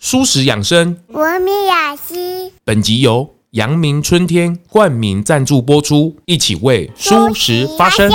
蔬食养生， 我米雅西。 本集由阳明春天冠名赞助播出，一起为蔬食发声。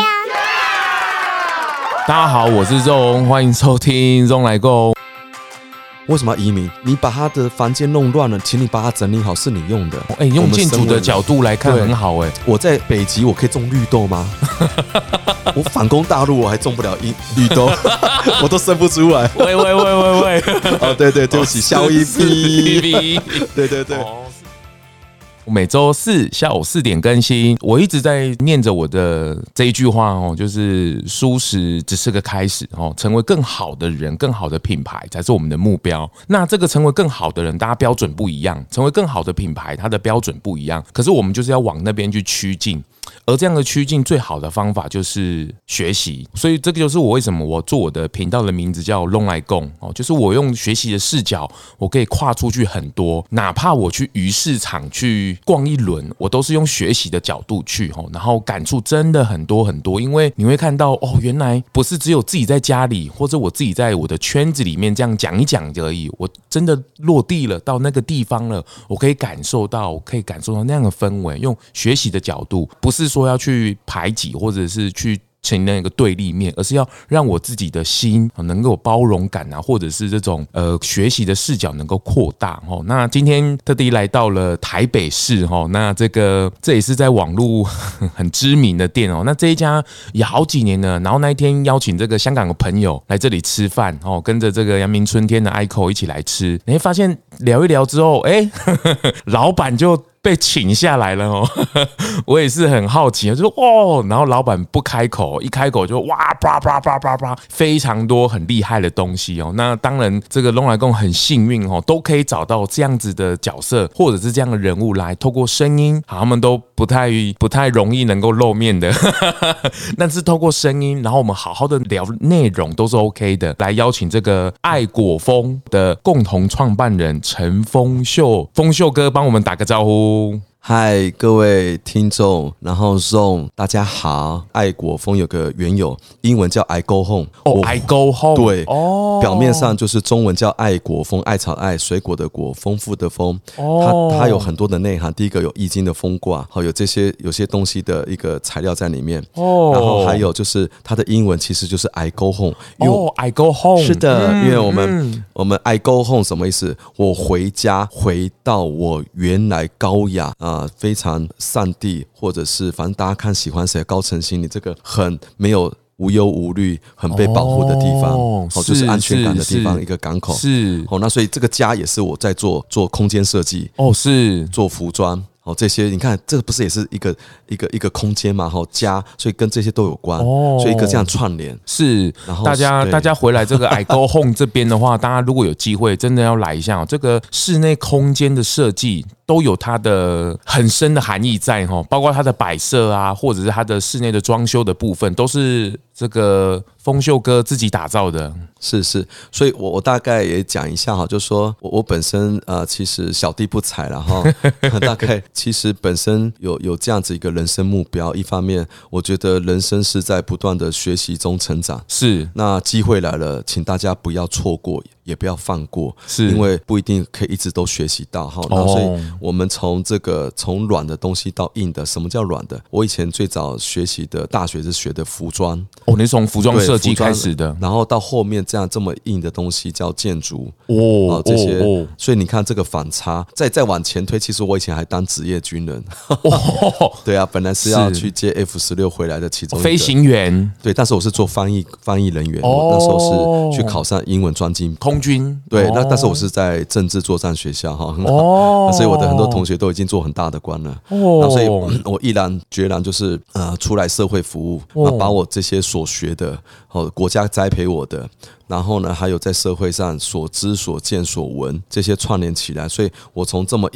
大家好，我是Zong，欢迎收听Zong来共。 为什么要移民？你把他的房间弄乱了，请你把它整理好，是你用的。 用建筑的角度来看很好我在北极，我可以种绿豆吗？我反攻大陆，我还种不了绿豆，我都生不出来。 喂！ 哦，对，对不起，消音逼。对。 我每周四下午4点更新，我一直在念着我的这一句话哦，就是蔬食只是个开始哦，成为更好的人、更好的品牌才是我们的目标。那这个成为更好的人，大家标准不一样；成为更好的品牌，它的标准不一样。可是我们就是要往那边去趋近。而这样的趋近最好的方法就是学习，所以这个就是我为什么我做我的频道的名字叫Zong来共哦，就是我用学习的视角，我可以跨出去很多，哪怕我去鱼市场去逛一轮，我都是用学习的角度去哦，然后感触真的很多很多，因为你会看到哦，原来不是只有自己在家里或者我自己在我的圈子里面这样讲一讲而已，我真的落地了到那个地方了，我可以感受到那样的氛围，用学习的角度，不是说要去排挤或者是去成那个对立面，而是要让我自己的心能够有包容感啊，或者是这种学习的视角能够扩大哦。那今天特地来到了台北市哦，那这也是在网络很知名的店哦。那这一家也好几年了，然后那一天邀请这个香港的朋友来这里吃饭哦，跟着这个阳明春天的 ICO 一起来吃，你会发现聊一聊之后，老板就被请下来了哦，我也是很好奇，就说哦，然后老板不开口，一开口就哇叭，非常多很厉害的东西哦。那当然，这个Zong来共很幸运哦，都可以找到这样子的角色或者是这样的人物来透过声音，他们都不太容易能够露面的，但是透过声音，然后我们好好的聊内容都是 OK 的。来邀请这个爱果风的共同创办人陈丰秀哥帮我们打个招呼。 嗨，各位听众，然后Zong，大家好。爱果风有个缘由，英文叫 I go home。 I go home。 对，表面上就是中文叫爱果风，艾草爱，水果的果，丰富的丰。它有很多的内涵。第一个有易经的风卦，有有些东西的一个材料在里面。然后还有就是它的英文其实就是 I go home。 I go home。 是的，因为我们 I go home 什么意思？我回家，回到我原来高雅非常善地，或者是反正大家看喜欢谁，高层心理这个很没有无忧无虑、很被保护的地方，就是安全感的地方，一个港口。那所以这个家也是我在做空间设计，做服装。这些你看，这个不是也是一个空间嘛？家，所以跟这些都有关，所以一个这样串联是。然后大家回来这个 I go home 这边的话，大家如果有机会，真的要来一下这个室内空间的设计都有它的很深的含义在包括它的摆设啊，或者是它的室内的装修的部分，都是这个丰秀哥自己打造的。 是，所以我大概也讲一下就是说我本身其实小弟不才了大概其实本身有这样子一个人生目标。一方面，我觉得人生是在不断的学习中成长， 是。那机会来了，请大家不要错过，也不要放过，是因为不一定可以一直都学习到那所以我们从软的东西到硬的。什么叫软的？我以前最早学习的大学是学的服装你是从服装设计开始的， 然后到后面这么硬的东西叫建筑这些所以你看这个反差，再往前推，其实我以前还当职业军人对啊，本来是要去接 F-16回来的其中一个飞行员， 对，但是我是做翻译人员，我那时候是去考上英文专精空军， 对，但是我是在政治作战学校很好所以我的很多同学都已经做很大的官了所以我毅然决然就是出来社会服务把我这些所学的国家栽培我的，然后呢还有在社会上所知所见所闻这些串联起来，所以我从这么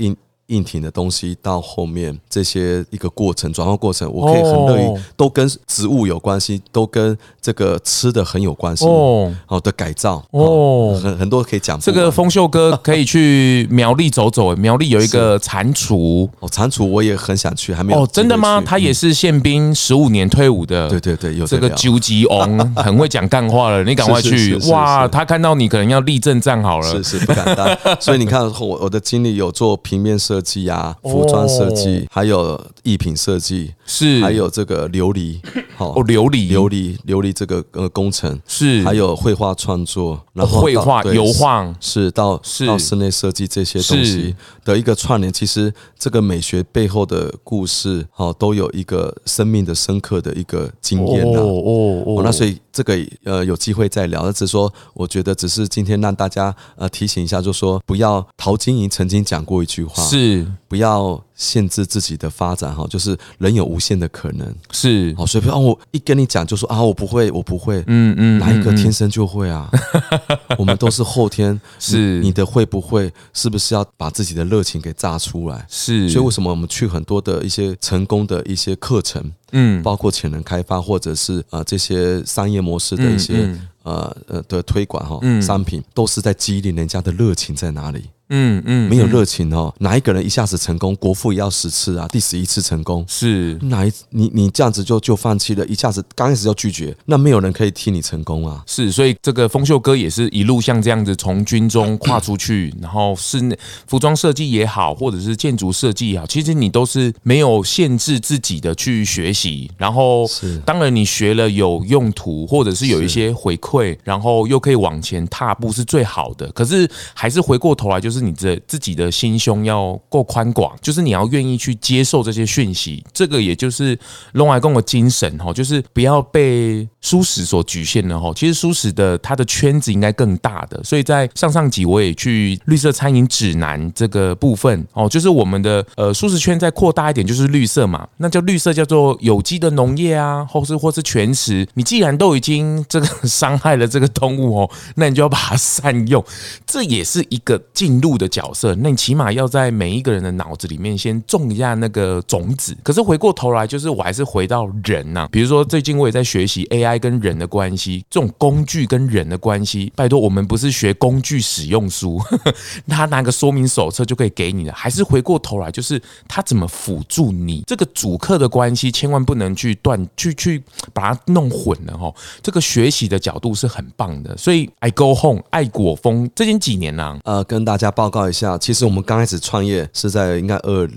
硬挺的东西到后面这些一个过程转换过程，我可以很乐于都跟植物有关系，都跟这个吃的很有关系的改造很多可以讲。 这个丰秀哥可以去苗栗走走，苗栗有一个蟾蜍蟾蜍我也很想去，还没有真的吗？他也是宪兵15年退伍的， 对，有这个究极翁很会讲干话了，你赶快去哇！他看到你可能要立正站好了， 是不敢当。所以你看我的经历有做平面设计啊，服装设计，还有艺品设计， 是还有这个琉璃琉璃这个工程， 是还有绘画创作，然后绘画油画是到室内设计这些东西的一个串联。其实这个美学背后的故事都有一个生命的深刻的一个经验那所以这个有机会再聊，只是说我觉得只是今天让大家提醒一下，就说不要陶晶莹曾经讲过一句话， 是不要限制自己的发展就是人有无限的可能， 是所以不要我一跟你讲就说我不会，哪一个天生就会啊？我们都是后天， 是你的会不会，是不是要把自己的热情给炸出来？ 是， 所以为什么我们去很多的一些成功的一些课程，包括潜能开发，或者是这些商业模式的一些的推广商品，都是在激励人家的热情在哪里？没有热情哪一个人一下子成功？国父也要10次啊，第11次成功是你这样子就放弃了，一下子刚开始就拒绝，那没有人可以替你成功啊。 是，所以这个丰秀哥也是一路像这样子从军中跨出去，然后室内服装设计也好，或者是建筑设计也好，其实你都是没有限制自己的去学习，然后当然你学了有用途，或者是有一些回馈，然后又可以往前踏步是最好的。可是还是回过头来，就是你自己的心胸要够宽广，就是你要愿意去接受这些讯息。这个也就是龙海共的精神就是不要被蔬食所局限了其实蔬食的它的圈子应该更大的，所以在上集我也去绿色餐饮指南这个部分就是我们的蔬食圈再扩大一点，就是绿色嘛，那叫绿色叫做有机的农业啊，或是全食。你既然都已经这个伤害了这个动物那你就要把它善用，这也是一个进入的角色。那你起码要在每一个人的脑子里面先种一下那个种子。可是回过头来，就是我还是回到人比如说最近我也在学习 AI 跟人的关系，这种工具跟人的关系，拜托我们不是学工具使用书他拿个说明手册就可以给你的，还是回过头来就是他怎么辅助你。这个主客的关系千万不能去把它弄混了这个学习的角度是很棒的。所以 I Go Home 爱果风这几年跟大家报告一下，其实我们刚开始创业是在应该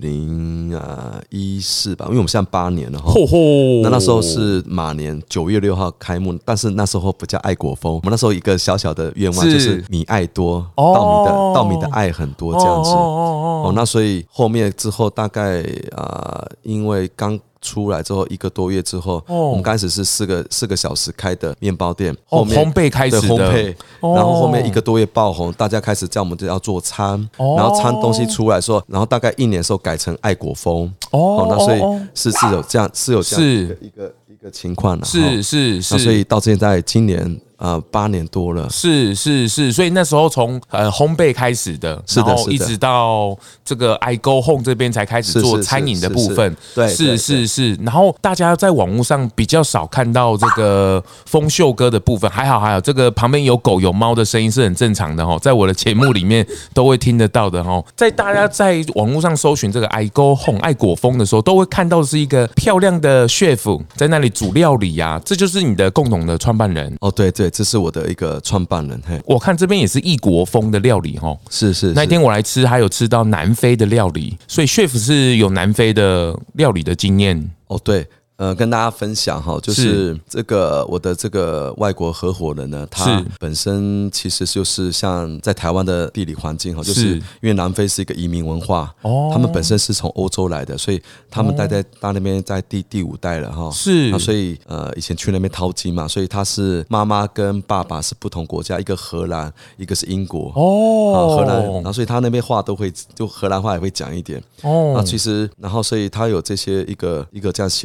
2014吧，因为我们现在8年了那时候是马年9月6号开幕，但是那时候不叫爱果风，我们那时候一个小小的愿望就是米爱多，稻米的爱很多这样子那所以后面之后大概因为刚出来之后1个多月之后，我们刚开始是4个小时开的面包店，后面烘焙开始的烘焙，然后后面1个多月爆红，大家开始叫我们要做餐，然后餐东西出来的时候，然后大概1年的时候改成爱果风那所以是有这样一个情况是那所以到现在今年8年多了， 是，所以那时候从烘焙开始的，然后一直到这个 I Go Home 这边才开始做餐饮的部分， 对， 是。然后大家在网络上比较少看到这个丰秀哥的部分，还好，这个旁边有狗有猫的声音是很正常的在我的节目里面都会听得到的在大家在网络上搜寻这个 I Go Home 爱果风的时候，都会看到的是一个漂亮的 chef 在那里煮料理这就是你的共同的创办人对，这是我的一个创办人我看这边也是异国风的料理是那天我来吃还有吃到南非的料理，所以 chef 是有南非的料理的经验对跟大家分享就是这个我的这个外国合伙人呢，他本身其实就是像在台湾的地理环境就是因为南非是一个移民文化他们本身是从欧洲来的，所以他们待在那边在第5代了那所以以前去那边淘金嘛，所以他是妈妈跟爸爸是不同国家，一个荷兰，一个是英国荷兰，然后所以他那边话都会就荷兰话也会讲一点其实然后所以他有这些一个这样协同，还有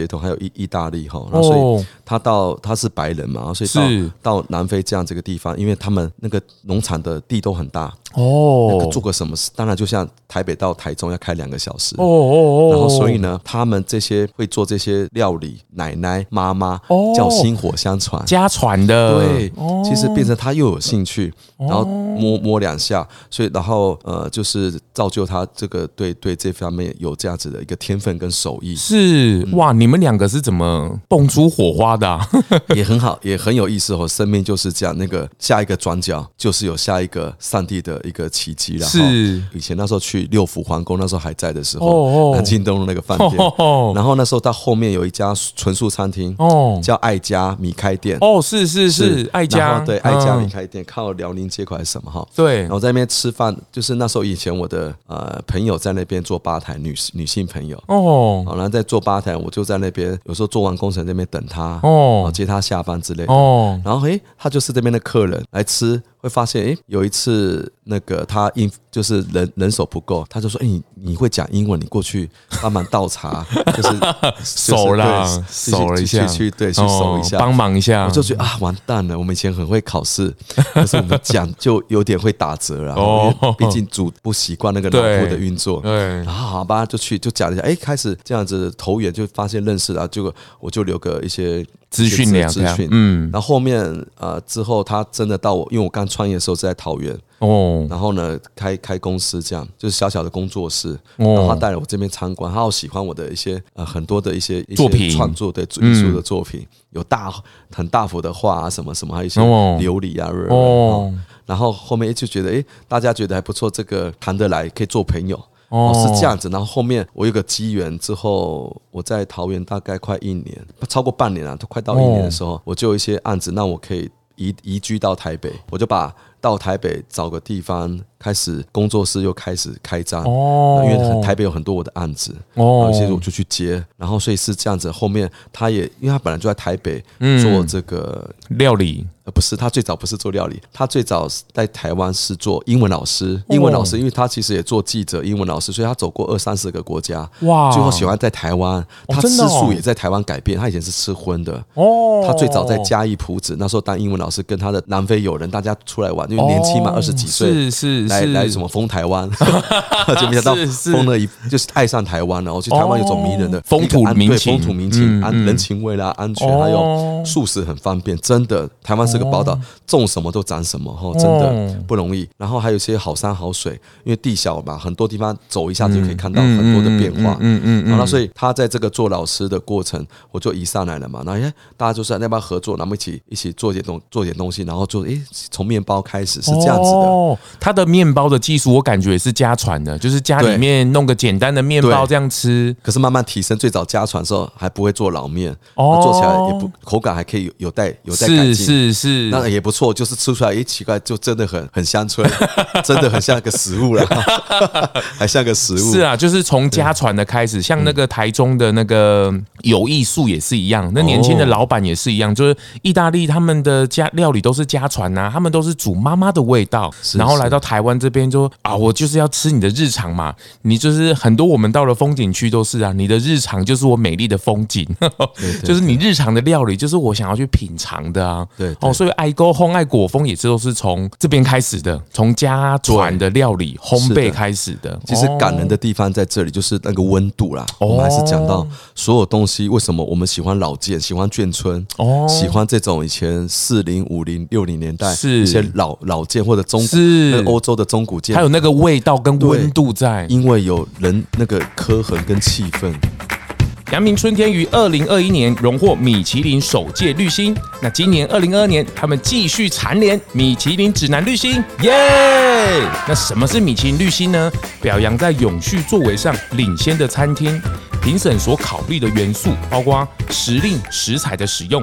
意大利哈，然后所以他是白人嘛，所以到南非这样这个地方，因为他们那个农场的地都很大那个做个什么事，当然就像台北到台中要开2个小时然后所以呢，他们这些会做这些料理，奶奶妈妈叫薪火相传， 家传的， 对，其实变成他又有兴趣，然后摸2下，所以然后就是造就他这个对这方面有这样子的一个天分跟手艺。 是哇，你们2个是怎么蹦出火花的啊？ 也很好，也很有意思哦。生命就是这样，那个下一个转角就是有下一个上帝的一个奇迹了。 是以前那时候去六福皇宫，那时候还在的时候，南京东路那个饭店，然后那时候到后面有一家纯素餐厅，叫爱家米开店。 是爱家， 对，爱家米开店，靠辽宁街口还是什么哈？ 对， 然后在那边吃饭，就是那时候以前我的朋友在那边做吧台，女性朋友然后在做吧台，我就在那边，有时候做完工程那边等他接他下班之类的然后他就是这边的客人来吃。会发现，有一次那个他就是人手不够，他就说，你会讲英文，你过去帮忙倒茶，就是手啦，手了一下， 去手一下， 帮忙一下。 我就觉得完蛋了，我们以前很会考试，可是我们讲就有点会打折啊，因为毕竟不习惯那个脑部的运作。对，然后好吧，就讲一下，开始这样子投缘，就发现认识了，结果我就留个一些资讯， 然后后面之后他真的到我，因为我刚创业的时候是在桃园然后呢开公司，这样就是小小的工作室然后他带了我这边参观，他好喜欢我的一些很多的一些作品创作，对艺术的作品，有很大幅的画什么什么，还有一些琉璃然后后面就觉得大家觉得还不错，这个谈得来，可以做朋友是这样子。然后后面我有个机缘之后，我在桃园大概快1年，超过半年都快到1年的时候，我就有一些案子，那我可以移居到台北，我就到台北找个地方，开始工作室又开始开张因为台北有很多我的案子有些我就去接，然后所以是这样子。后面他也因为他本来就在台北做这个料理不是，他最早不是做料理，他最早在台湾是做英文老师。英文老师，因为他其实也做记者、英文老师，所以他走过20-30个国家。哇！最后喜欢在台湾，他吃素也在台湾改变。他以前是吃荤的。他最早在嘉义埔子，那时候当英文老师，跟他的南非友人大家出来玩，因为年轻嘛，20几岁，来什么封台湾，就没想到封了就是爱上台湾了。我觉得台湾有种迷人的风土民情， 人情味啦，安全，还有素食很方便，真的台湾是个宝岛，种什么都长什么真的不容易。然后还有一些好山好水，因为地小嘛，很多地方走一下就可以看到很多的变化。然后所以他在这个做老师的过程，我就移上来了嘛。然后大家就是要不要合作，然后一起做点东西，然后就从面包开始是这样子的。 他的面包的技术我感觉也是家传的，就是家里面弄个简单的面包这样吃。 可是慢慢提升，最早家传的时候还不会做老面，做起来也不口感还可以有待改进。是，那也不错，就是吃出来奇怪，就真的很乡村，真的很像个食物了，还像个食物。 是啊，就是从家传的开始，像那个台中的那个有艺术也是一样，那年轻的老板也是一样，就是意大利他们的料理都是家传啊，他们都是煮妈妈的味道，然后来到台湾这边就我就是要吃你的日常嘛，你就是很多我们到了风景区都是你的日常就是我美丽的风景，就是你日常的料理就是我想要去品尝的啊。对，所以爱沟烘爱果风也是都是从这边开始的，从家传的料理烘焙开始的。 其实感人的地方在这里，就是那个温度啦。我们还是讲到所有东西，为什么我们喜欢老件，喜欢眷村，喜欢这种以前40、50、60年代一些老件或者欧洲的中古件， 还有那个味道跟温度在， 因为有人那个刻痕跟气氛。 阳明春天于2021年荣获米其林首届绿星，那今年2022年他们继续蝉联米其林指南绿星，耶！那什么是米其林绿星呢？表扬在永续作为上领先的餐厅。评审所考虑的元素包括时令食材的使用、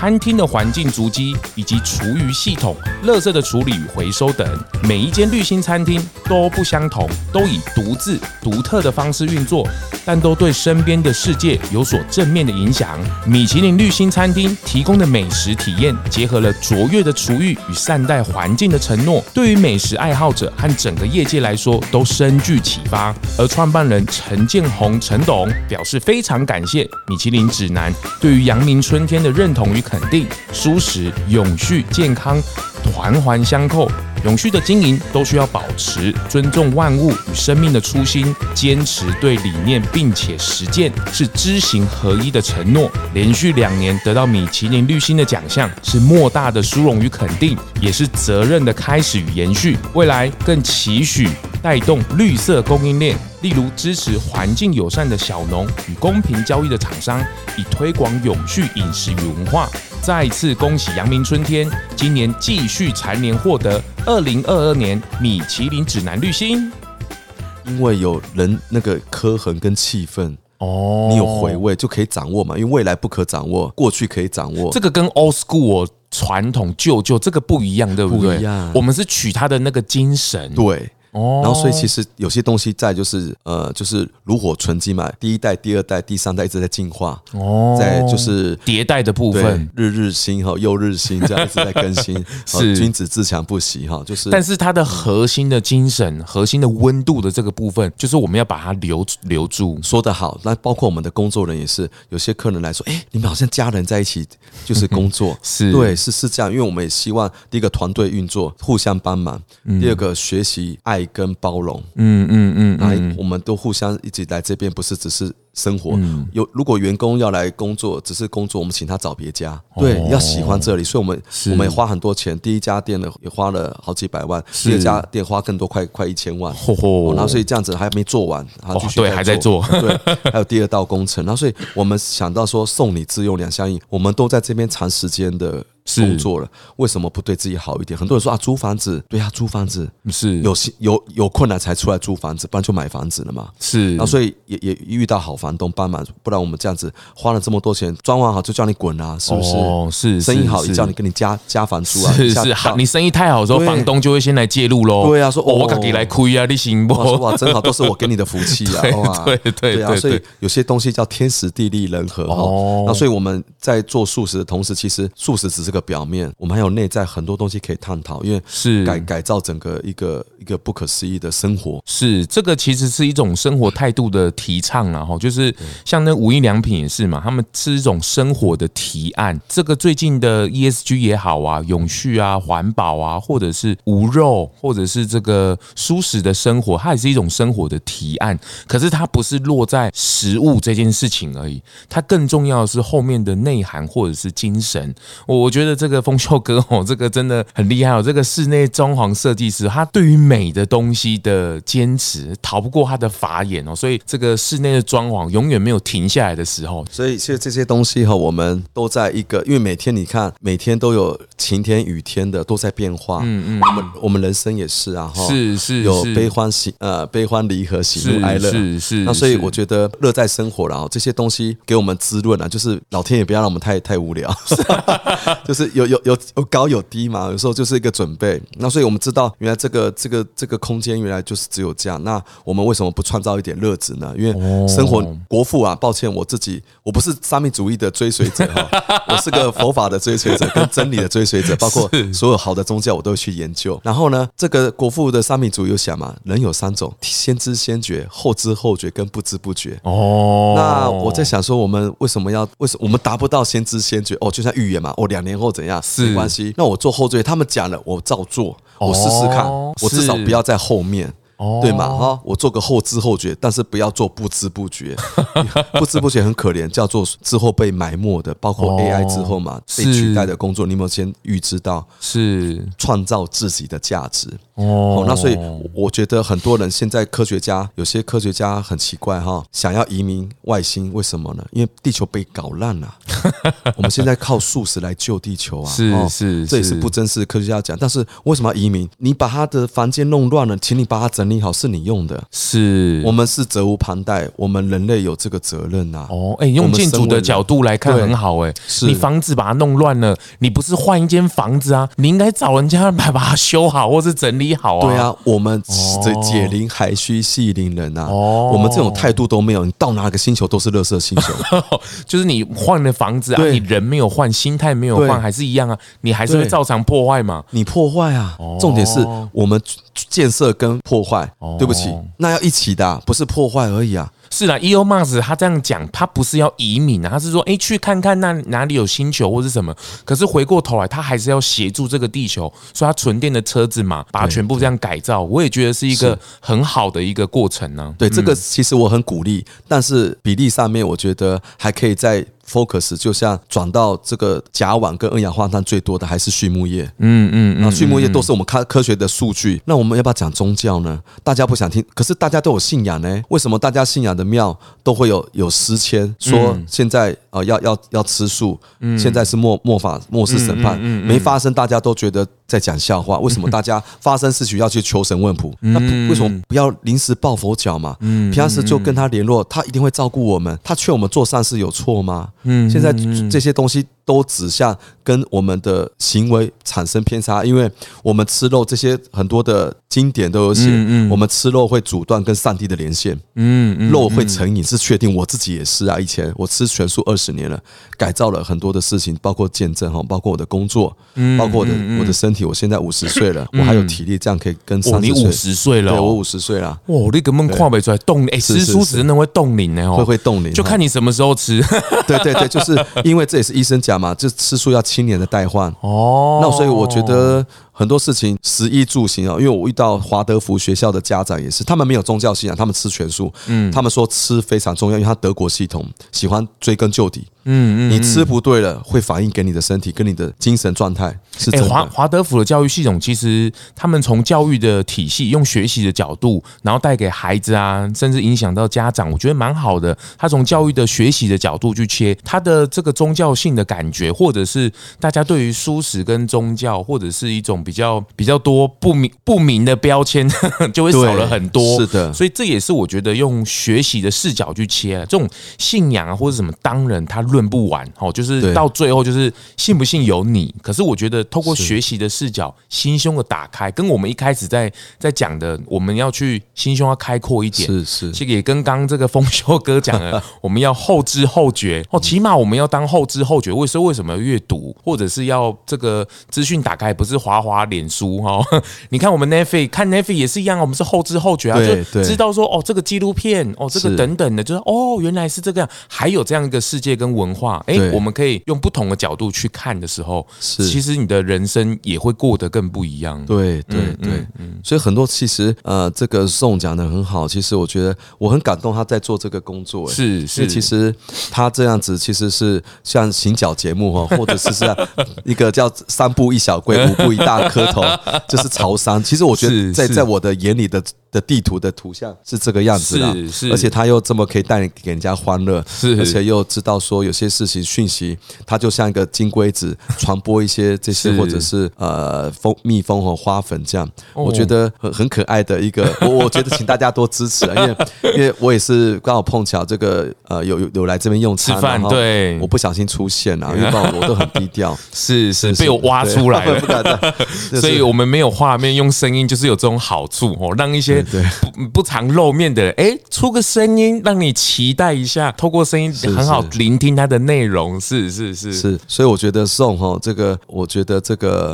餐厅的环境足迹以及厨余系统、垃圾的处理与回收等。每一间绿星餐厅都不相同，都以独特的方式运作，但都对身边的世界有所正面的影响。米其林绿星餐厅提供的美食体验，结合了卓越的厨艺与善待环境的承诺，对于美食爱好者和整个业界来说都深具启发。而创办人陈建宏陈董表示，非常感谢米其林指南对于阳明春天的认同与肯定，蔬食、永续、健康环环相扣。永续的经营都需要保持尊重万物与生命的初心，坚持对理念并且实践，是知行合一的承诺。连续2年得到米其林绿星的奖项，是莫大的殊荣与肯定，也是责任的开始与延续。未来更期许带动绿色供应链，例如支持环境友善的小农与公平交易的厂商，以推广永续饮食与文化。再次恭喜阳明春天，今年继续蝉联获得2022年米其林指南绿星。 因为有人那个刻痕跟气氛。你有回味就可以掌握嘛，因为未来不可掌握，过去可以掌握。 这个跟 old school 传统旧这个不一样，对不对？不一样。我们是取他的那个精神。 对。然后所以其实有些东西在就是炉火纯青嘛，第1代、第2代、第3代一直在进化，在就是迭代的部分， 日新哈，又日新，这样一直在更新，是君子自强不息哈，就是。 但是它的核心的精神、核心的温度的这个部分，就是我们要把它留住。 说得好，那包括我们的工作人也是，有些客人来说，你们好像家人在一起就是工作， 是对，是这样，因为我们也希望第一个团队运作，互相帮忙；第二个学习爱跟包容，我们都互相一起来这边，不是只是生活。如果员工要来工作，只是工作，我们请他找别家。对，要喜欢这里，所以我们也花很多钱。第一家店呢也花了好几百万，第2家店花更多，快1000万。然后所以这样子还没做完，然后继续对还在做， 对，还有第2道工程。然后所以我们想到说送礼自用2相宜，我们都在这边长时间的工作了，为什么不对自己好一点？很多人说租房子，对啊，租房子是有困难才出来租房子，不然就买房子了嘛。 是， 然后所以也遇到好房东帮忙，不然我们这样子花了这么多钱，装完好就叫你滚啊，是不是？ 是， 生意好也叫你跟你加房租啊。 是，你生意太好的时候，房东就会先来介入喽。 对啊，说我自己来亏啊，你行不？ 哇，真好，都是我给你的福气啊。对啊，所以有些东西叫天时地利人和哈。那所以我们在做素食的同时，其实素食只是个表面，我们还有内在很多东西可以探讨，因为是改造整个一个不可思议的生活。 是，这个其实是一种生活态度的提倡啊，就是像那无印良品也是嘛，他们是一种生活的提案。这个最近的 ESG 也好啊，永续啊，环保啊，或者是无肉，或者是这个蔬食的生活，它也是一种生活的提案。可是它不是落在食物这件事情而已，它更重要的是后面的内涵或者是精神。我觉得这个丰秀哥这个真的很厉害这个室内装潢设计师，他对于美的东西的坚持逃不过他的法眼所以这个室内的装潢永远没有停下来的时候。 所以其实这些东西我们都在一个，因为每天你看，每天都有晴天雨天的，都在变化。我们人生也是啊， 是有悲欢离合，喜怒哀乐。是。那所以我觉得乐在生活了这些东西给我们滋润就是老天也不要让我们太无聊，就是有高有低嘛，有时候就是一个准备。那所以我们知道，原来这个空间原来就是只有这样。那我们为什么不创造一点乐子呢？因为生活国父啊，抱歉，我不是沙弥主义的追随者我是个佛法的追随者，跟真理的追随者，包括所有好的宗教我都会去研究。然后呢，这个国父的沙弥主义有想嘛，人有3种：先知先觉、后知后觉跟不知不觉。那我在想说，我们为什么我们达不到先知先觉？就像预言嘛，2年后怎样没关系。那我做后追，他们讲了，我照做，我试试看，我至少不要在后面。对嘛我做个后知后觉，但是不要做不知不觉。不知不觉很可怜，叫做之后被埋没的，包括 AI 之后嘛，被取代的工作，你有没有先预知到？是创造自己的价值。 那所以我觉得很多人现在有些科学家很奇怪想要移民外星，为什么呢？因为地球被搞烂了，我们现在靠素食来救地球啊， 是， 这也是不真实的科学家讲。但是为什么要移民？你把他的房间弄乱了，请你把它整理好，是你用的， 是我们是责无旁贷，我们人类有这个责任啊。 用建筑的角度来看很好你房子把它弄乱了，你不是换一间房子啊，你应该找人家把它修好或是整理好啊。 对啊，我们解铃还须系铃人啊。我们这种态度都没有，你到哪个星球都是垃圾星球。 就是你换了房子啊，你人没有换，心态没有换，还是一样啊，你还是会照常破坏嘛。 你破坏啊，重点是我们建设跟破坏，对不起，那要一起的，不是破坏而已啊。 是啦，Elon Musk 他这样讲，他不是要移民啊，他是说，去看看哪里有星球或是什么。可是回过头来，他还是要协助这个地球，所以他纯电的车子嘛，把它全部这样改造，我也觉得是一个很好的一个过程呢。 对，这个其实我很鼓励，但是比例上面，我觉得还可以再focus， 就像转到这个甲烷跟二氧化碳最多的还是畜牧业。那畜牧业都是我们科学的数据。那我们要不要讲宗教呢？大家不想听，可是大家都有信仰呢。为什么大家信仰的庙都会有诗签说现在要吃素，现在是末世审判，没发生大家都觉得在讲笑话。为什么大家发生事情要去求神问卜？那为什么不要临时抱佛脚嘛？平常时就跟他联络，他一定会照顾我们。他劝我们做善事有错吗？现在这些东西都指向跟我们的行为产生偏差，因为我们吃肉，这些很多的经典都有写，我们吃肉会阻断跟上帝的连线，肉会成瘾是确定，我自己也是啊。以前我吃全素20年了，改造了很多的事情，包括见证，包括我的工作，包括我的身体。我现在50岁了，我还有体力，这样可以跟30岁。 你50岁了， 对，我50岁了。 你根本看不出来冻龄，吃素真的会冻龄呢， 会冻龄， 就看你什么时候吃。 对，就是因为这也是医生讲嘛，就吃素要7年的代换。那所以我觉得很多事情食衣住行因为我遇到华德福学校的家长也是，他们没有宗教信仰，他们吃全素，他们说吃非常重要，因为他德国系统喜欢追根究底。你吃不对了，会反映给你的身体跟你的精神状态是真的。 华德福的教育系统其实他们从教育的体系，用学习的角度，然后带给孩子啊，甚至影响到家长，我觉得蛮好的。他从教育的学习的角度去切他的这个宗教性的感觉，或者是大家对于素食跟宗教，或者是一种比较多不明的标签，就会少了很多。 是的， 所以这也是我觉得用学习的视角去切这种信仰啊，或者什么，当然他论不完就是到最后就是信不信由你。可是我觉得透过学习的视角，心胸的打开，跟我们一开始在讲的，我们要去心胸要开阔一点。 是， 这个也跟刚刚这个丰修哥讲了，我们要后知后觉起码我们要当后知后觉。为什么要阅读，或者是要这个资讯打开，不是滑脸书你看我们 Netflix 看 Netflix 也是一样，我们是后知后觉啊，就知道说这个纪录片这个等等的，就是原来是这个样，还有这样一个世界跟文化。我们可以用不同的角度去看的时候，其实你的人生也会过得更不一样。 对，所以很多其实这个宋讲的很好，其实我觉得我很感动他在做这个工作。 是， 因为其实他这样子其实是像行脚节目或者是一个叫3步一小跪5步一大磕头，就是朝山。其实我觉得在我的眼里的地图的图像是这个样子啦，而且他又这么可以带给人家欢乐，而且又知道说有些事情讯息，他就像一个金龟子传播一些这些或者是蜜蜂和花粉这样，我觉得很可爱的一个，我觉得请大家多支持因为我也是刚好碰巧这个有来这边用餐吃饭，对，我不小心出现了，因为我都很低调， 是被我挖出来了，所以我们没有画面，用声音就是有这种好处让一些不常露面的人，出个声音让你期待一下，透过声音很好聆听它的内容，是， 所以我觉得宋这个，我觉得这个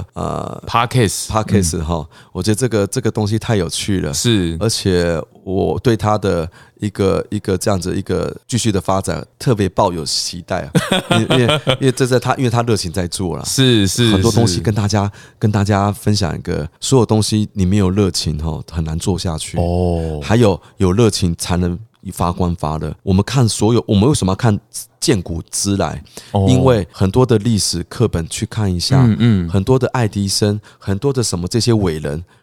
Podcast 我觉得这个东西太有趣了，是，而且我对他的一个这样子一个继续的发展特别抱有期待因为这在他，因为他热情在做了，是很多东西跟大家分享一个，所有东西你没有热情很难做下去还有热情才能发光发热。我们为什么要看见古知来？因为很多的历史课本去看一下，很多的爱迪生，很多的什么这些伟人，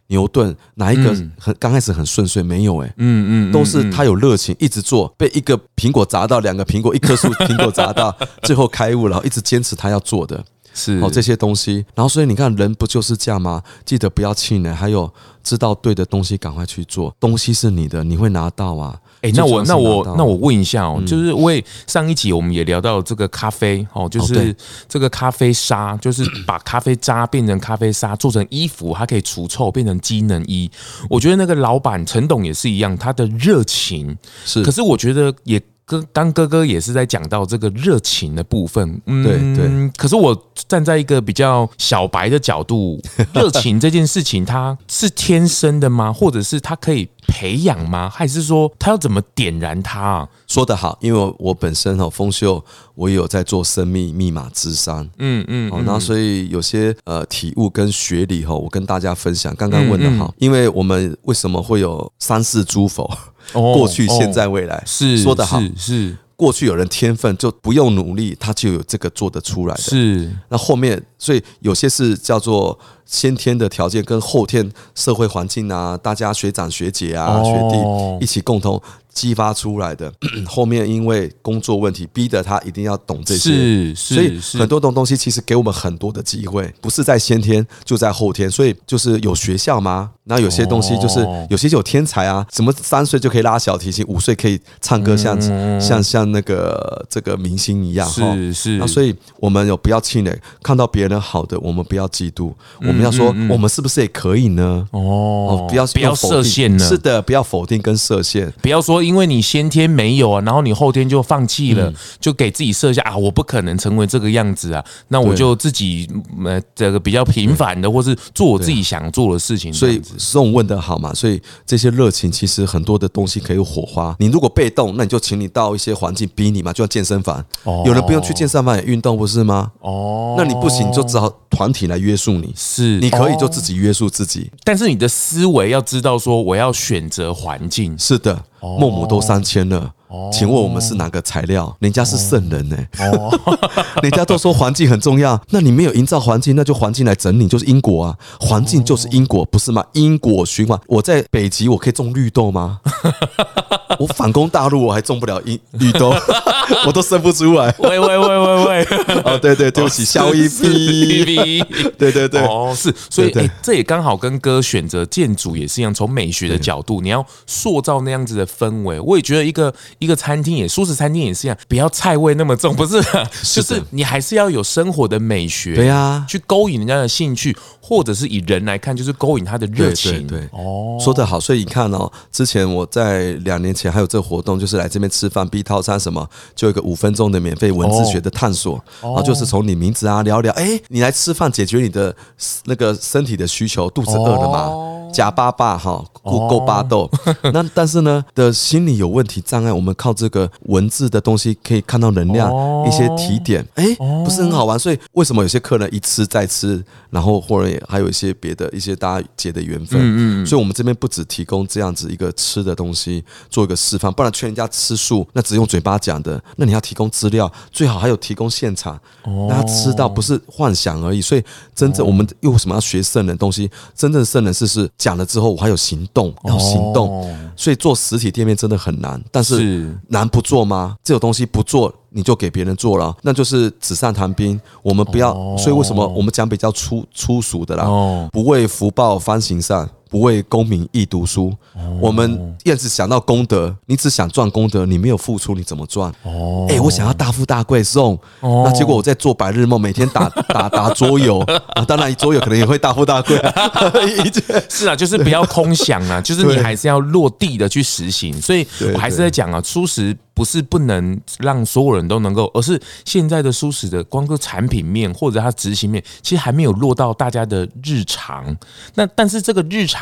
牛顿哪一个刚开始很顺遂？没有都是他有热情，一直做，被一个苹果砸到，两个苹果，一棵树苹果砸到，最后开悟，然后一直坚持他要做的。 是这些东西，然后所以你看，人不就是这样吗？记得不要气馁，还有知道对的东西赶快去做，东西是你的，你会拿到啊。 那我问一下就是因为上一集我们也聊到这个咖啡就是这个咖啡沙，就是把咖啡渣变成咖啡沙，做成衣服，它可以除臭，变成机能衣。我觉得那个老板陈董也是一样，他的热情是，可是我觉得也。刚哥哥也是在讲到这个热情的部分， 对。 可是我站在一个比较小白的角度，热情这件事情它是天生的吗？或者是它可以培养吗？还是说它要怎么点燃它啊？ 说得好，因为我本身丰秀我也有在做生命密码諮商，然后所以有些体悟跟学理我跟大家分享。刚刚问的好，因为我们为什么会有三世诸佛？过去、现在、未来， 是说得好， 是过去有人天分就不用努力，他就有这个做得出来的。 是那后面，所以有些是叫做先天的条件，跟后天社会环境啊，大家学长学姐啊、学弟一起共同激发出来的。后面因为工作问题，逼得他一定要懂这些，所以很多东西其实给我们很多的机会，不是在先天就在后天。所以就是有学校吗？然后有些东西就是有些就有天才啊，什么3岁就可以拉小提琴，5岁可以唱歌，像那个这个明星一样。 是。 那所以我们不要气馁，看到别人好的，我们不要嫉妒，我们要说我们是不是也可以呢？不要设限呢？ 是的，不要否定跟设限， 不要说因为你先天没有啊，然后你后天就放弃了，就给自己设下啊，我不可能成为这个样子啊，那我就自己这个比较平凡的，或是做我自己想做的事情。 所以宋问得好嘛，所以这些热情其实很多的东西可以有火花。你如果被动，那你就请你到一些环境逼你嘛，就像健身房，有人不用去健身房也运动，不是吗？那你不行，就只好团体来约束你。 是， 你可以就自己约束自己， 但是你的思维要知道说，我要选择环境。 是的，孟母都3000了。请问我们是哪个材料？人家是圣人呢、人家都说环境很重要，那你没有营造环境，那就环境来整你，就是因果啊。环境就是因果，不是吗？因果循环。我在北极，我可以种绿豆吗？我反攻大陆，我还种不了绿豆，我都生不出来。 喂！ 对，对不起，消一批。对， 是，所以这也刚好跟哥选择建筑也是一样，从美学的角度，你要塑造那样子的氛围。我也觉得一个餐厅素食餐厅也是一样，不要菜味那么重，不是，就是你还是要有生活的美学， 对啊， 去勾引人家的兴趣，或者是以人来看，就是勾引他的热情。 对，说得好。所以你看之前我在2年前还有这个活动，就是来这边吃饭 B 套餐什么，就有一个5分钟的免费文字学的探索，然后就是从你名字啊聊聊，你来吃饭解决你的那个身体的需求，肚子饿了嘛？假巴巴够巴豆，那但是呢的心理有问题障碍，我们靠这个文字的东西可以看到能量，一些提点，不是很好玩。所以为什么有些客人一吃再吃，然后或者还有一些别的一些大家结的缘分，所以我们这边不只提供这样子一个吃的东西做一个示范，不然劝人家吃素，那只用嘴巴讲的，那你要提供资料，最好还有提供现场，让他吃到，不是幻想而已。所以真正我们为什么要学圣人东西？真正的圣人是讲了之后我还有行动，要行动。所以做实体店面真的很难，但是难不做吗？这种东西不做你就给别人做了，那就是纸上谈兵。我们不要，所以为什么我们讲比较粗俗的啦？不为福报翻行善，不为功名易读书。我们一直想到功德，你只想赚功德，你没有付出，你怎么赚？我想要大富大贵送，那结果我在做白日梦，每天打桌游，当然桌游可能也会大富大贵。 是啊，就是不要空想啊，就是你还是要落地的去实行。所以我还是在讲啊，蔬食不是不能让所有人都能够，而是现在的蔬食的光个产品面或者它执行面，其实还没有落到大家的日常。那但是这个日常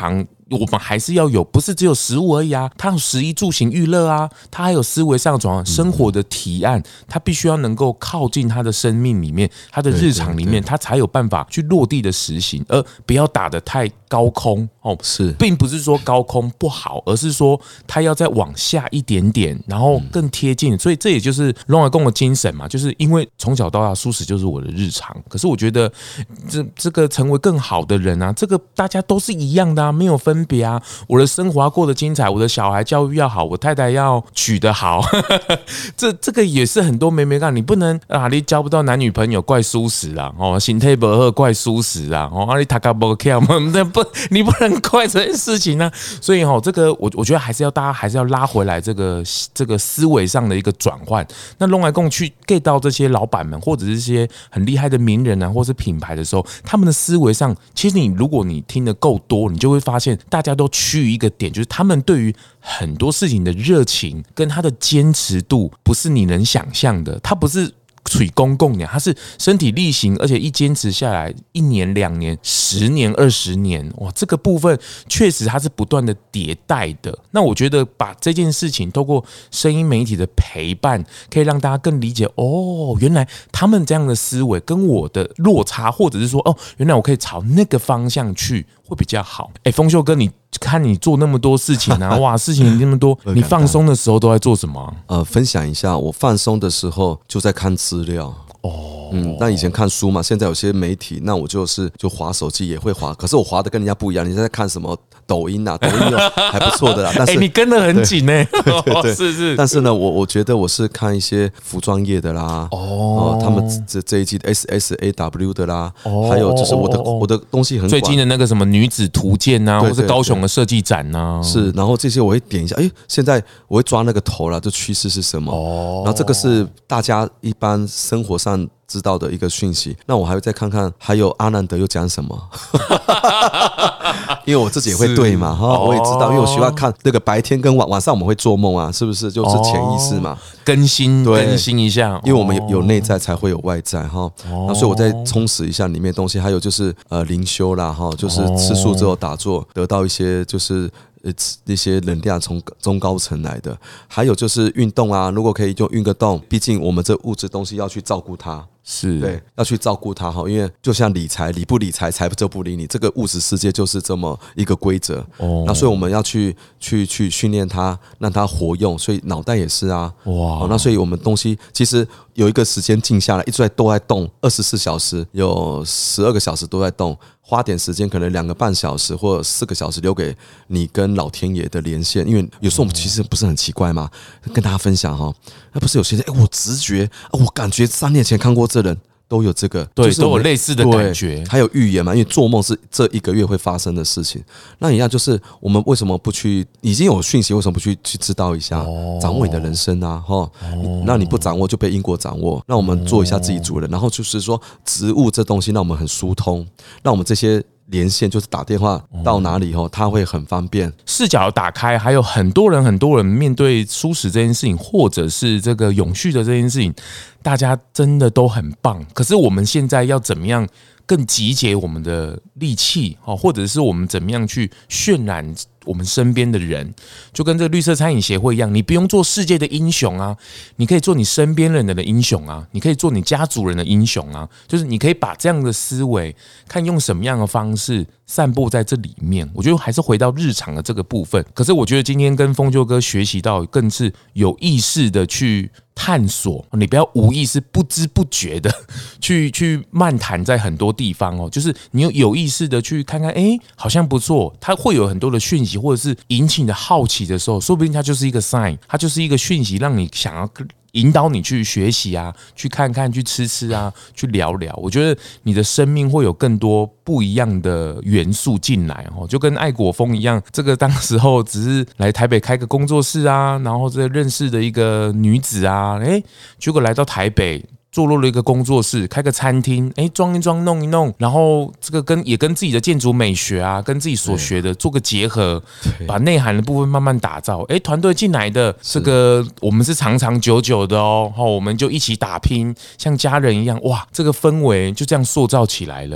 我们还是要有，不是只有食物而已啊，它有食衣住行娱乐啊，它还有思维上转换生活的提案，它必须要能够靠近他的生命里面，他的日常里面，他才有办法去落地的实行，而不要打得太高空哦。 是， 并不是说高空不好，而是说他要再往下一点点，然后更贴近。所以这也就是龙海共的精神嘛，就是因为从小到大素食就是我的日常。可是我觉得这个成为更好的人啊，这个大家都是一样的啊，没有分别啊。我的生活要过得精彩，我的小孩教育要好，我太太要娶得好，这个也是很多妹妹干，你不能啊，你交不到男女朋友怪素食啊，哦，身体不好怪素食啊，哦，你读得不巧，你不能怪这件事情啊。所以这个我觉得还是要大家还是要拉回来这个思维上的一个转换。那龙来共去 get 到这些老板们，或者是这些很厉害的名人啊，或是品牌的时候，他们的思维上，其实如果你听得够多，你就会发现大家都趋于一个点，就是他们对于很多事情的热情跟他的坚持度，不是你能想象的。他不是水公共鸟，他是身体力行，而且一坚持下来，1年、2年、10年、20年，哇，这个部分确实它是不断的迭代的。那我觉得把这件事情透过声音媒体的陪伴，可以让大家更理解哦，原来他们这样的思维跟我的落差，或者是说哦，原来我可以朝那个方向去，会比较好。丰秀哥，你看你做那么多事情啊，哇，事情那么多，你放松的时候都在做什么？ 分享一下，我放松的时候就在看资料。那以前看书嘛，现在有些媒体，那我就滑手机也会滑，可是我滑的跟人家不一样。你在看什么抖音啊？抖音还不错的啦，但是你跟得很紧呢。 对， 是。 但是呢，我觉得我是看一些服装业的啦，他们这一季的 SSAW 的啦，还有就是我的东西很广， 最近的那个什么女子图鉴啊，或是高雄的设计展啊， 是，然后这些我会点一下，现在我会抓那个头啦，这趋势是什么？然后这个是大家一般生活上知道的一个讯息，那我还会再看看，还有阿南德又讲什么，因为我自己也会对嘛，我也知道，因为我喜欢看那个白天跟晚上我们会做梦啊，是不是？就是潜意识嘛， 更新一下， 因为我们有内在才会有外在哈，那所以我再充实一下里面的东西，还有就是灵修啦哈，就是吃素之后打坐得到一些就是那些能量从中高层来的，还有就是运动啊，如果可以就运个动，毕竟我们这物质东西要去照顾它。 是对，要去照顾它哈，因为就像理财，理不理财，财就不理你，这个物质世界就是这么一个规则。那所以我们要去训练它，让它活用，所以脑袋也是啊。哇，那所以我们东西其实有一个时间静下来，一直都在动，24小时有12个小时都在动。花点时间，可能2个半小时或4个小时留给你跟老天爷的连线，因为有时候我们其实不是很奇怪吗？跟大家分享哈，那不是有些人我直觉我感觉3年前看过这人。都有这个， 对，都有类似的感觉。 还有预言嘛？因为做梦是这1个月会发生的事情。那一样就是我们为什么不去？已经有讯息，为什么不去知道一下？掌握你的人生啊，那你不掌握就被因果掌握。那我们做一下自己主人，然后就是说植物这东西，让我们很疏通，让我们这些。连线就是打电话到哪里后，它会很方便。 视角打开，还有很多人面对蔬食这件事情，或者是这个永续的这件事情，大家真的都很棒。可是我们现在要怎么样更集结我们的力气，或者是我们怎么样去渲染我们身边的人，就跟这个绿色餐饮协会一样，你不用做世界的英雄啊，你可以做你身边人的英雄啊，你可以做你家族人的英雄啊，就是你可以把这样的思维，看用什么样的方式散布在这里面。我觉得还是回到日常的这个部分。可是我觉得今天跟丰秋哥学习到，更是有意识的去探索，你不要无意识、不知不觉的去漫谈在很多地方哦，就是你有意识的去看看，好像不错，它会有很多的讯息，或者是引起你的好奇的时候，说不定它就是一个 sign， 它就是一个讯息，让你想要引导你去学习啊，去看看，去吃啊，去聊聊。我觉得你的生命会有更多不一样的元素进来哦，就跟爱果风一样，这个当时候只是来台北开个工作室啊，然后这认识的一个女子啊，结果来到台北。坐落了一个工作室，开个餐厅，装一装，弄一弄，然后这个也跟自己的建筑美学啊，跟自己所学的做个结合，把内涵的部分慢慢打造。团队进来的这个我们是长长久久的哦，我们就一起打拼，像家人一样，哇，这个氛围就这样塑造起来了。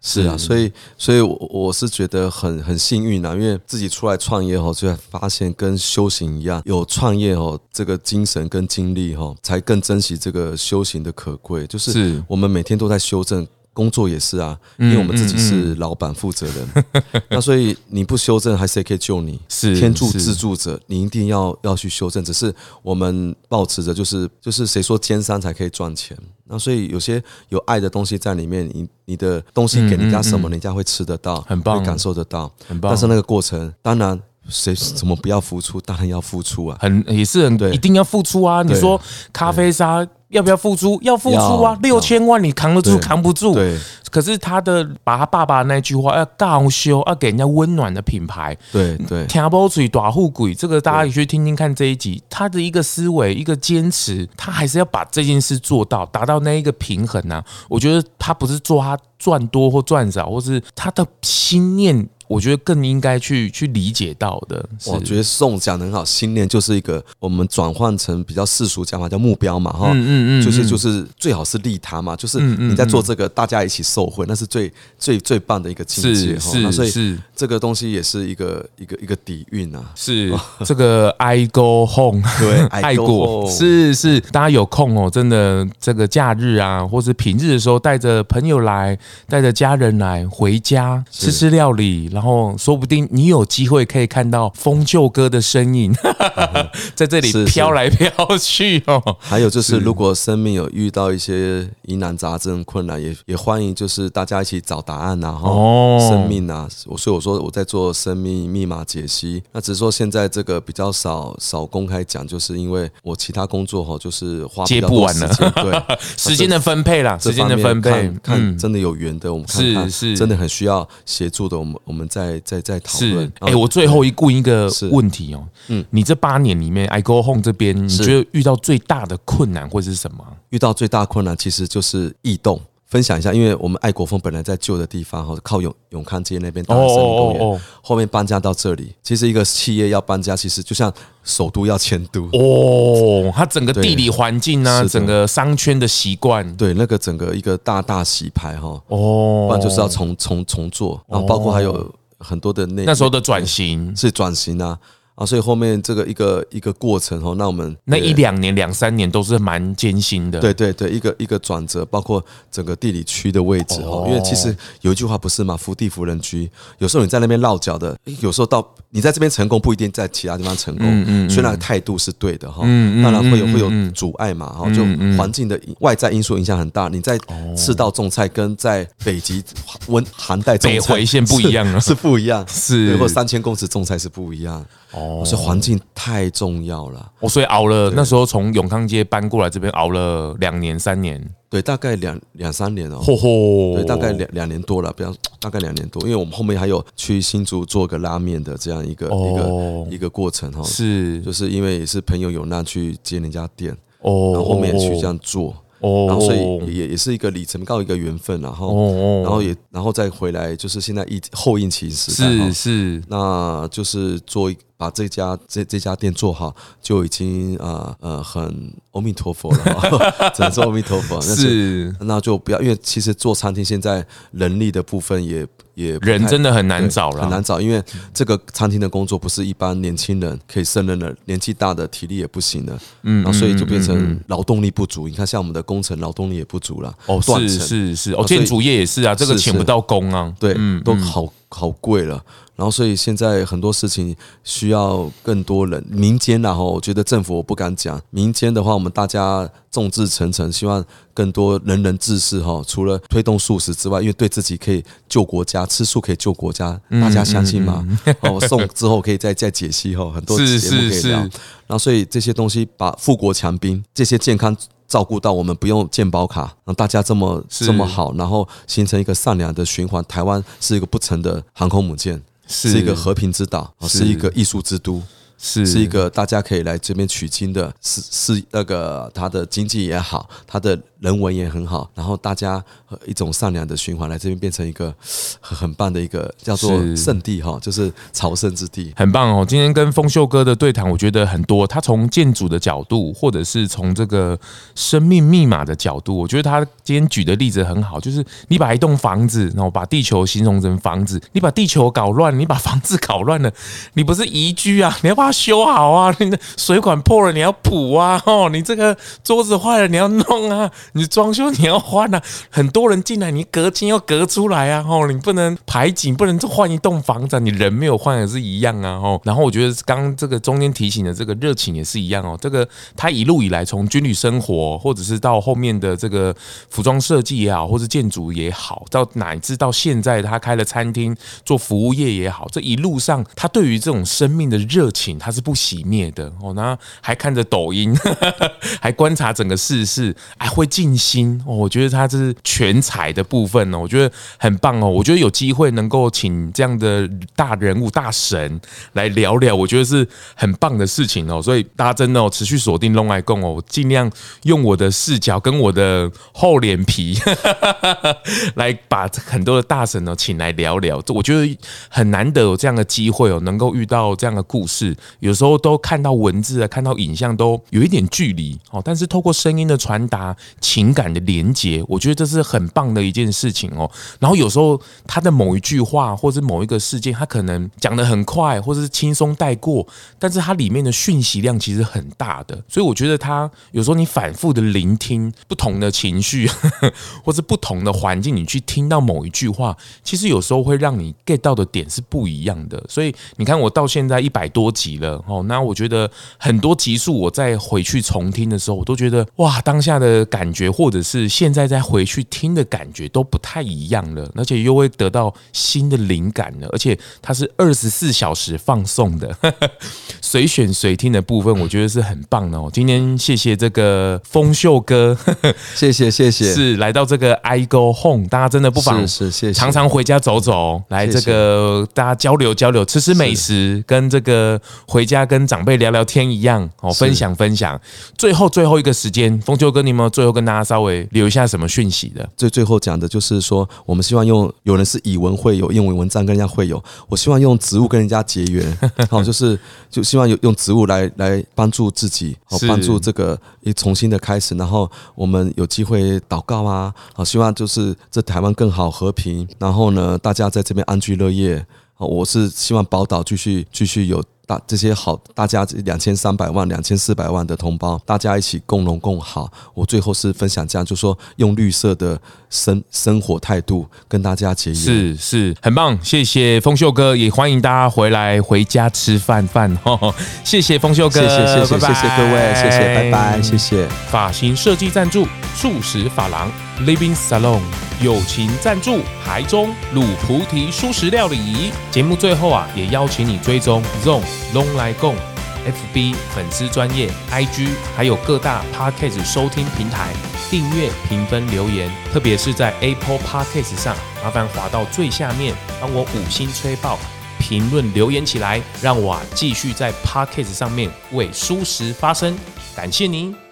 是啊，所以我是觉得很幸运啊，因为自己出来创业后，就发现跟修行一样，有创业后这个精神跟精力后，才更珍惜这个修行的可贵。就是我们每天都在修正。工作也是啊，因为我们自己是老板负责人，那所以你不修正，还谁可以救你？是天助自助者，你一定要去修正。只是我们抱持着就是谁说奸商才可以赚钱？那所以有些有爱的东西在里面，你的东西给人家什么，人家会吃得到，很棒，会感受得到，很棒。但是那个过程，当然。谁怎么不要付出？当然要付出啊，也是一定要付出啊！你说咖啡沙要不要付出？要付出啊！6000万你扛得住？扛不住。对。可是把他爸爸那句话要高修，要给人家温暖的品牌。对，听不嘴大富贵，这个大家也去听听看这一集，他的一个思维，一个坚持，他还是要把这件事做到，达到那一个平衡啊！我觉得他不是做他赚多或赚少，或是他的心念。我觉得更应该去理解到的。我觉得宋讲得很好，心念就是一个我们转换成比较世俗讲法叫目标嘛，哈，就是最好是利他嘛，就是你在做这个，大家一起受惠，那是最棒的一个境界。那所以这个东西也是一个底蕴啊。是这个 I go home， 对，爱过是大家有空哦，真的这个假日啊，或是平日的时候，带着朋友来，带着家人来，回家吃料理。然后说不定你有机会可以看到疯舅哥的身影在这里飘来飘去哦。 还有就是，如果生命有遇到一些疑难杂症困难，也欢迎就是大家一起找答案啊，生命啊，所以我说我在做生命密码解析。那只是说现在这个比较少公开讲，就是因为我其他工作就是花接不完了，对，时间的分配啦，时间的分配， 看真的有缘的，我们看真的很需要协助的，我们再讨论。 我最后问一个问题哦，你这8年里面 ，I Go Home 这边，你觉得遇到最大的困难会是什么？ 遇到最大的困难其实就是异动。分享一下，因为我们爱国风本来在旧的地方，靠永康街那边大森林公园，后面搬家到这里。其实一个企业要搬家，其实就像首都要迁都它整个地理环境啊，整个商圈的习惯， 对那个整个一个大洗牌不然就是要重做，然后包括还有很多的那时候的转型是转型啊。所以后面这个一个过程那我们那1-2年、2-3年都是蛮艰辛的。 对，一个转折，包括整个地理区的位置因为其实有一句话不是嘛，福地福人居。有时候你在那边落脚的，有时候到你在这边成功，不一定在其他地方成功。虽然态度是对的当然会有阻碍嘛就环境的外在因素影响很大。你在赤道种菜跟在北极寒带种菜北回线不一样啊， 是不一样，是或3000公尺种菜是不一样。所以环境太重要了。 所以熬了那时候从永康街搬过来这边熬了2年3年， 对，大概2-3年对，大概2年多了，大概2年多，因为我们后面还有去新竹做个拉面的这样一个过程是，就是因为也是朋友有难去接人家店然后后面也去这样做。然后所以也是一个里程，告一个缘分，然后再回来，就是现在后疫情时代是，那就是把这家店做好，就已经很阿弥陀佛了，只能说阿弥陀佛。是，那就不要，因为其实做餐厅现在人力的部分也人真的很难找了， 很难找，因为这个餐厅的工作不是一般年轻人可以胜任的，年纪大的体力也不行了，然后所以就变成劳动力不足。你看，像我们的工程劳动力也不足了， 是，建筑业也是啊，这个请不到工啊， 对，都好贵了。然后，所以现在很多事情需要更多人，民间我觉得政府我不敢讲，民间的话，我们大家众志成城，希望更多人治事除了推动素食之外，因为对自己可以救国家，吃素可以救国家，大家相信吗？送之后可以再解析很多节目可以聊。然后，所以这些东西把富国强兵这些健康照顾到，我们不用健保卡，让大家这么好，然后形成一个善良的循环。台湾是一个不沉的航空母舰。是一个和平之岛，是一个艺术之都，是一个大家可以来这边取经的，是那个它的经济也好，它的人文也很好，然后大家一种善良的循环来这边变成一个很棒的一个叫做圣地哈，就是朝圣之地， 很棒哦。今天跟丰秀哥的对谈，我觉得很多，他从建筑的角度，或者是从这个生命密码的角度，我觉得他今天举的例子很好，就是你把一栋房子，然后把地球形容成房子，你把地球搞乱，你把房子搞乱了，你不是宜居啊，你要把它修好啊，你的水管破了你要补啊，你这个桌子坏了你要弄啊，你装修你要换啊，很多人进来你隔间要隔出来啊，你不能排井，不能换一栋房子，你人没有换也是一样啊。然后我觉得刚刚这个中间提醒的这个热情也是一样哦，这个他一路以来从军旅生活，或者是到后面的这个服装设计也好，或是建筑也好，到乃至到现在他开了餐厅做服务业也好，这一路上他对于这种生命的热情他是不熄灭的哦。那还看着抖音，还观察整个世事，还会静心哦。我觉得他是全才的部分哦，我觉得很棒哦。我觉得有机会能够请这样的大人物、大神来聊聊，我觉得是很棒的事情哦。所以大家真的持续锁定弄爱共哦，我尽量用我的视角跟我的厚脸皮来把很多的大神请来聊聊。我觉得很难得有这样的机会哦，能够遇到这样的故事。有时候都看到文字啊，看到影像都有一点距离哦，但是透过声音的传达、情感的连结，我觉得这是很棒的一件事情哦。然后有时候他的某一句话或是某一个事件，他可能讲得很快，或者是轻松带过，但是它里面的讯息量其实很大的。所以我觉得他有时候你反复的聆听不同的情绪，或是不同的环境，你去听到某一句话，其实有时候会让你 get 到的点是不一样的。所以你看我到现在100多集了哦，那我觉得很多集数我再回去重听的时候，我都觉得哇，当下的感觉或者是现在再回去听的感觉都不太一样了，而且又会得到新的灵感了，而且它是24小时放送的，随选随听的部分，我觉得是很棒的哦。今天谢谢这个丰秀哥， 谢谢， 是来到这个 I Go Home， 大家真的不妨谢谢常常回家走走，来这个大家交流交流，吃美食，跟这个回家跟长辈聊聊天一样哦，分享分享。最后一个时间，丰秀哥，你有没有最后跟大家稍微留一下什么讯息的？ 最后讲的就是说，我们希望有人是以文会友，用文章跟人家会友，我希望用植物跟人家结缘，好，就希望用植物来帮助自己，帮助这个重新的开始，然后我们有机会祷告啊，好，希望就是这台湾更好和平，然后呢，大家在这边安居乐业。我是希望宝岛继续有这些好，大家2300万、2400万的同胞，大家一起共荣共好。我最后是分享这样，就是说用绿色的生活态度跟大家结缘， 是很棒，谢谢丰秀哥，也欢迎大家回家吃饭哦。谢谢丰秀哥， 谢谢各位，谢谢，拜拜，谢谢。 发型设计赞助素食发廊 Living Salon， 友情赞助台中鲁菩提蔬食料理。节目最后也邀请你追踪 Zong 拢来共 FB 粉丝专页 IG， 还有各大 Podcast 收听平台订阅、评分、留言，特别是在 Apple Podcast 上，麻烦滑到最下面，帮我5星吹爆，评论留言起来，让我继续在 Podcast 上面为蔬食发声。感谢您。